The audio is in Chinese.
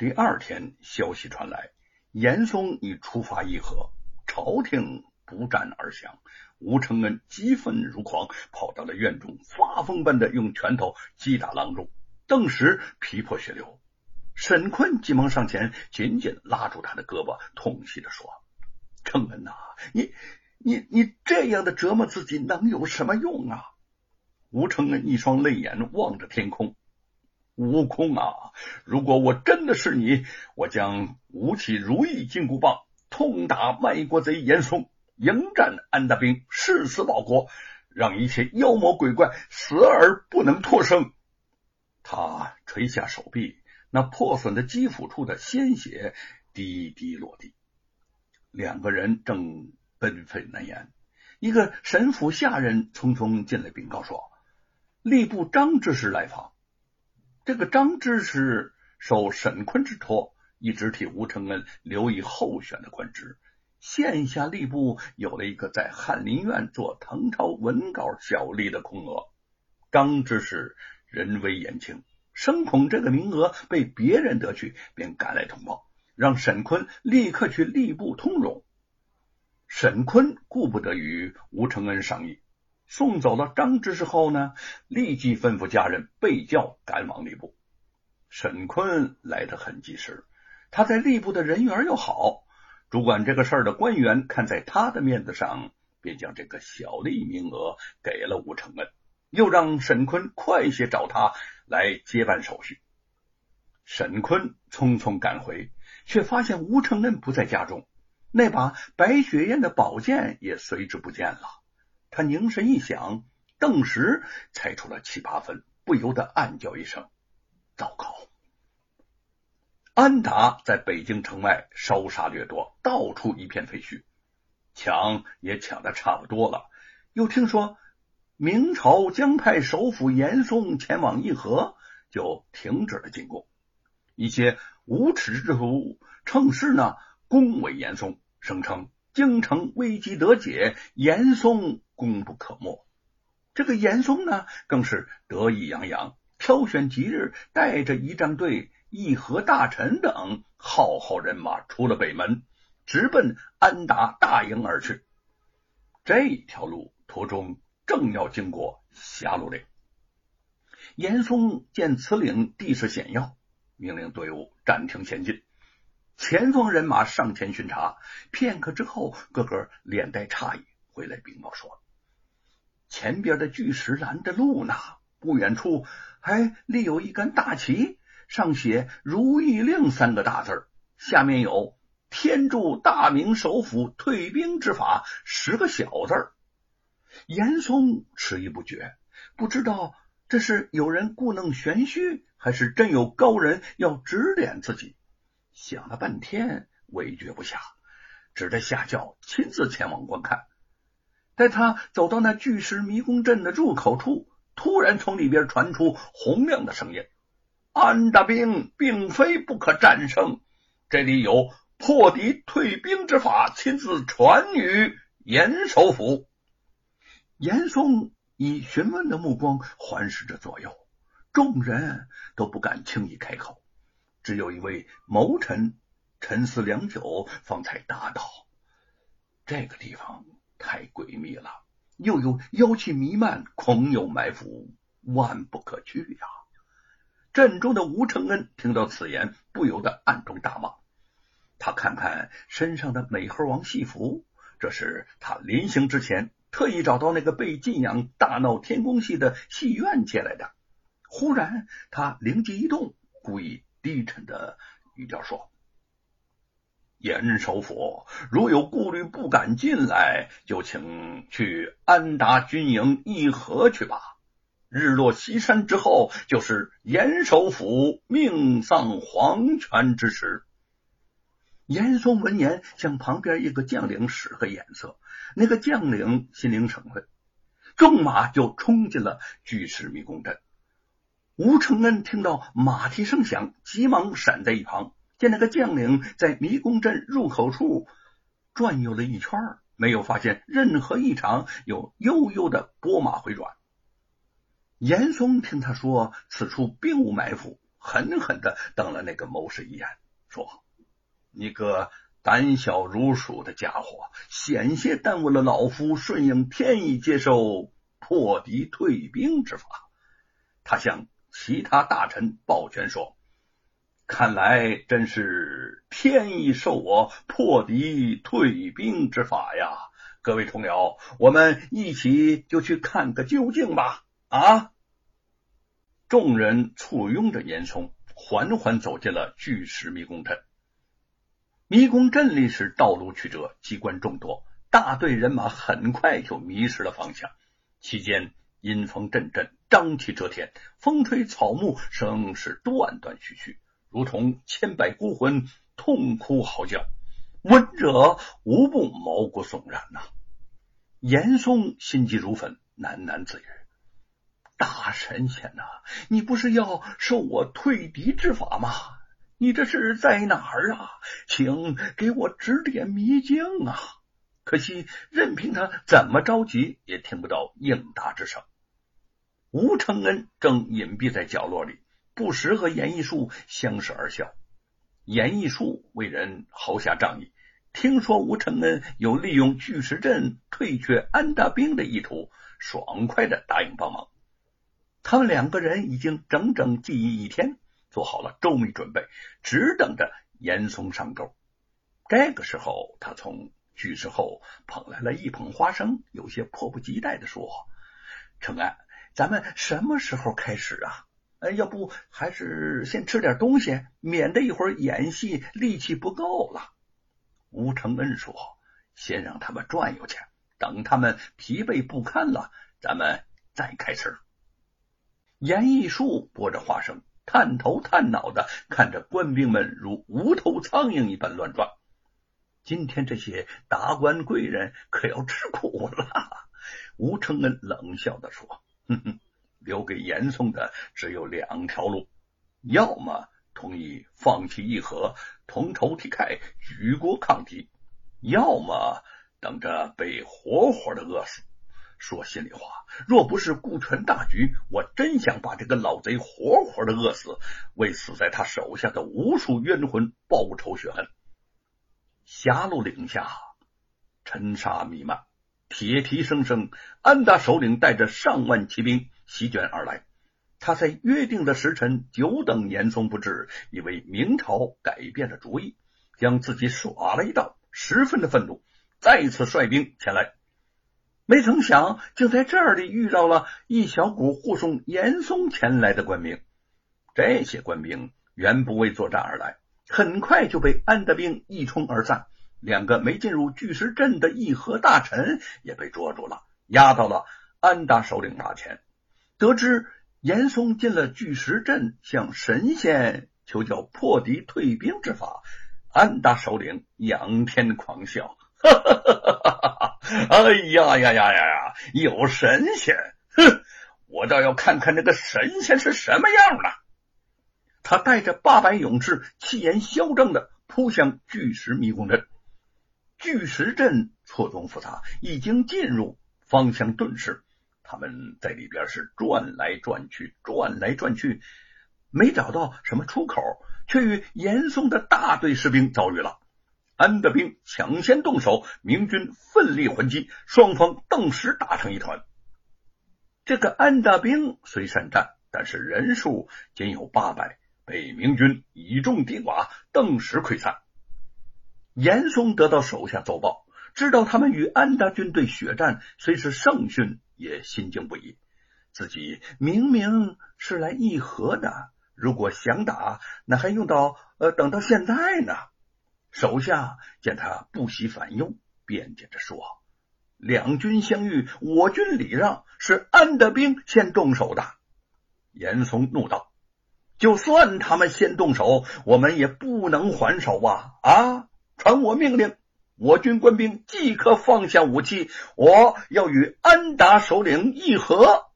第二天，消息传来，严嵩已出发议和，朝廷不战而降。吴承恩激愤如狂，跑到了院中，发疯般的用拳头击打郎中，顿时皮破血流。沈坤急忙上前，紧紧拉住他的胳膊，痛惜地说：“承恩呐，你这样的折磨自己能有什么用啊？”吴承恩一双泪眼望着天空：“悟空啊，如果我真的是你，我将舞起如意金箍棒，痛打卖国贼严嵩，迎战安大兵，誓死保国，让一切妖魔鬼怪死而不能脱生。”他垂下手臂，那破损的肌肤处的鲜血滴滴落地。两个人正奔沸难言，一个神府下人匆匆进来禀告说，吏部张知识来访。这个张知识受沈坤之托，一直替吴承恩留以候选的官职。现下吏部有了一个在翰林院做唐朝文稿小吏的空额。张知识人微言轻，生恐这个名额被别人得去，便赶来通报，让沈坤立刻去吏部通融。沈坤顾不得与吴承恩商议，送走了张知识后呢，立即吩咐家人备轿赶往吏部。沈坤来得很及时，他在吏部的人缘又好，主管这个事儿的官员看在他的面子上，便将这个小吏名额给了吴承恩，又让沈坤快些找他来接办手续。沈坤匆匆赶回，却发现吴承恩不在家中，那把白雪燕的宝剑也随之不见了。他凝神一想，顿时猜出了7、8分，不由得暗叫一声：糟糕！安达在北京城外烧杀掠夺，到处一片废墟，抢也抢得差不多了。又听说明朝将派首辅严嵩前往议和，就停止了进攻。一些无耻之徒趁势呢恭维严嵩，声称京城危机得解，严嵩功不可没。这个严嵩呢更是得意洋洋，挑选吉日，带着仪仗队、议和大臣等浩浩人马出了北门，直奔安达大营而去。这条路途中正要经过狭路岭。严嵩见此岭地势险要，命令队伍暂停前进。前方人马上前巡查，片刻之后，个个脸带诧异，回来禀报说，前边的巨石拦着路呢，不远处还立有一杆大旗，上写如意令3个大字，下面有天助大明首辅退兵之法10个小字。严嵩迟疑不决，不知道这是有人故弄玄虚，还是真有高人要指点自己。想了半天，委决不下，只得下轿亲自前往观看。待他走到那巨石迷宫阵的入口处，突然从里边传出洪亮的声音：安大兵并非不可战胜，这里有破敌退兵之法，亲自传于严首府。严嵩以询问的目光环视着左右，众人都不敢轻易开口，只有一位谋臣沉思良久，方才答道：这个地方太诡秘了，又有妖气弥漫，恐有埋伏，万不可去呀。阵中的吴承恩听到此言，不由得暗中大骂。他看看身上的美猴王戏服，这是他临行之前特意找到那个被禁养大闹天宫戏的戏院借来的。忽然他灵机一动，故意低沉的语调说：严首府如有顾虑不敢进来，就请去安达军营议和去吧。日落西山之后，就是严首府命丧黄泉之时。严嵩闻言，向旁边一个将领使个眼色，那个将领心领神会，纵马就冲进了巨石迷宫阵。吴承恩听到马蹄声响，急忙闪在一旁，见那个将领在迷宫阵入口处转悠了一圈，没有发现任何异常，又悠悠的拨马回转。严嵩听他说此处并无埋伏， 狠狠地瞪了那个谋士一眼，说：“你个胆小如鼠的家伙，险些耽误了老夫顺应天意，接受破敌退兵之法。”他向其他大臣抱拳说：“看来真是天意授我破敌退兵之法呀！各位同僚，我们一起就去看个究竟吧！”啊！众人簇拥着严嵩，缓缓走进了巨石迷宫阵。迷宫阵里是道路曲折，机关众多，大队人马很快就迷失了方向。期间阴风阵阵，瘴气遮天，风吹草木声是断断续续，如同千百孤魂痛哭嚎叫，闻者无不毛骨悚然呐。严嵩心急如焚，喃喃自语：“大神仙呐，你不是要授我退敌之法吗？你这是在哪儿啊？请给我指点迷津啊！”可惜任凭他怎么着急，也听不到应答之声。吴承恩正隐蔽在角落里，不时和严义术相视而笑。严义术为人豪侠仗义，听说吴承恩有利用巨石阵退却安大兵的意图，爽快的答应帮忙。他们两个人已经整整计议一天，做好了周密准备，只等着严嵩上钩。这个时候，他从巨石后捧来了一捧花生，有些迫不及待地说：“承恩，咱们什么时候开始啊？要不还是先吃点东西，免得一会儿演戏力气不够了。”吴承恩说：“先让他们转悠去，等他们疲惫不堪了，咱们再开吃。”严义术拨着花生，探头探脑的看着官兵们如无头苍蝇一般乱转。今天这些达官贵人可要吃苦了。吴承恩冷笑地说：“留给严嵩的只有两条路，要么同意放弃议和，同仇敌忾，举国抗敌，要么等着被活活的饿死。说心里话，若不是顾全大局，我真想把这个老贼活活的饿死，为死在他手下的无数冤魂报仇雪恨。”狭路岭下尘沙弥漫，铁蹄声声，安达首领带着上万骑兵席卷而来。他在约定的时辰久等严嵩不至，以为明朝改变了主意，将自己耍了一道，十分的愤怒，再次率兵前来。没曾想竟在这里遇到了一小股护送严嵩前来的官兵。这些官兵原不为作战而来，很快就被安德兵一冲而散。两个没进入巨石阵的议和大臣也被捉住了，押到了安达首领马前。得知严嵩进了巨石阵，向神仙求教破敌退兵之法，安达首领仰天狂笑：“哎呀呀呀呀！有神仙！哼，我倒要看看那个神仙是什么样的！”他带着800勇士，气焰嚣张的扑向巨石迷宫阵。巨石阵错综复杂，已经进入，方向顿失。他们在里边是转来转去，没找到什么出口，却与严嵩的大队士兵遭遇了。安德兵抢先动手，明军奋力还击，双方顿时打成一团。这个安大兵虽善战，但是人数仅有800，被明军以众敌寡，顿时溃散。严嵩得到手下奏报，知道他们与安达军队血战，虽是胜讯，也心惊不已。自己明明是来议和的，如果想打，那还用到等到现在呢？手下见他不喜反忧，辩解着说：“两军相遇，我军礼让，是安德兵先动手的。”严嵩怒道：“就算他们先动手，我们也不能还手啊！传我命令，我军官兵即刻放下武器，我要与安达首领议和。”